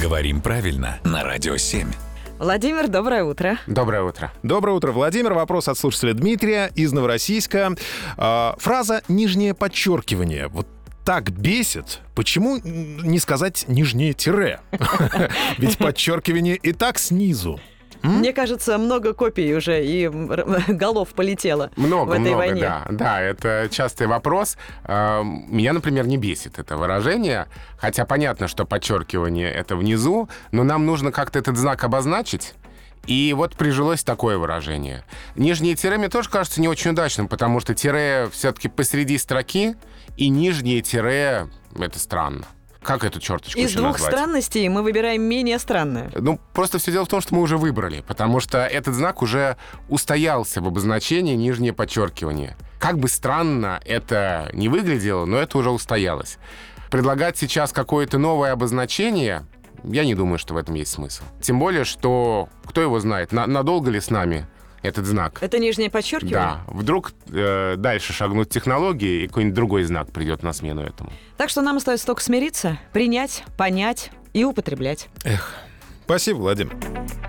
Говорим правильно на Радио 7. Владимир, доброе утро. Доброе утро. Доброе утро, Владимир. Вопрос от слушателя Дмитрия из Новороссийска. Фраза «нижнее подчеркивание». Вот так бесит. Почему не сказать «нижнее тире»? Ведь подчеркивание и так снизу. Мне кажется, много копий уже и голов полетело в этой войне. Да, это частый вопрос. Меня, например, не бесит это выражение, хотя понятно, что подчеркивание — это внизу, но нам нужно как-то этот знак обозначить. И вот прижилось такое выражение. Нижнее тире мне тоже кажется не очень удачным, потому что тире все-таки посреди строки, и нижнее тире — это странно. Как эту черточку Из еще двух назвать? странностей мы выбираем менее странное. Просто все дело в том, что мы уже выбрали, потому что этот знак уже устоялся в обозначении нижнее подчеркивание. Как бы странно это ни выглядело, но это уже устоялось. Предлагать сейчас какое-то новое обозначение, я не думаю, что в этом есть смысл. Тем более, что, кто его знает, надолго ли с нами этот знак? Это нижнее подчеркивание? Да. Вдруг дальше шагнут технологии, и какой-нибудь другой знак придет на смену этому. Так что нам остается только смириться, принять, понять и употреблять. Спасибо, Владимир.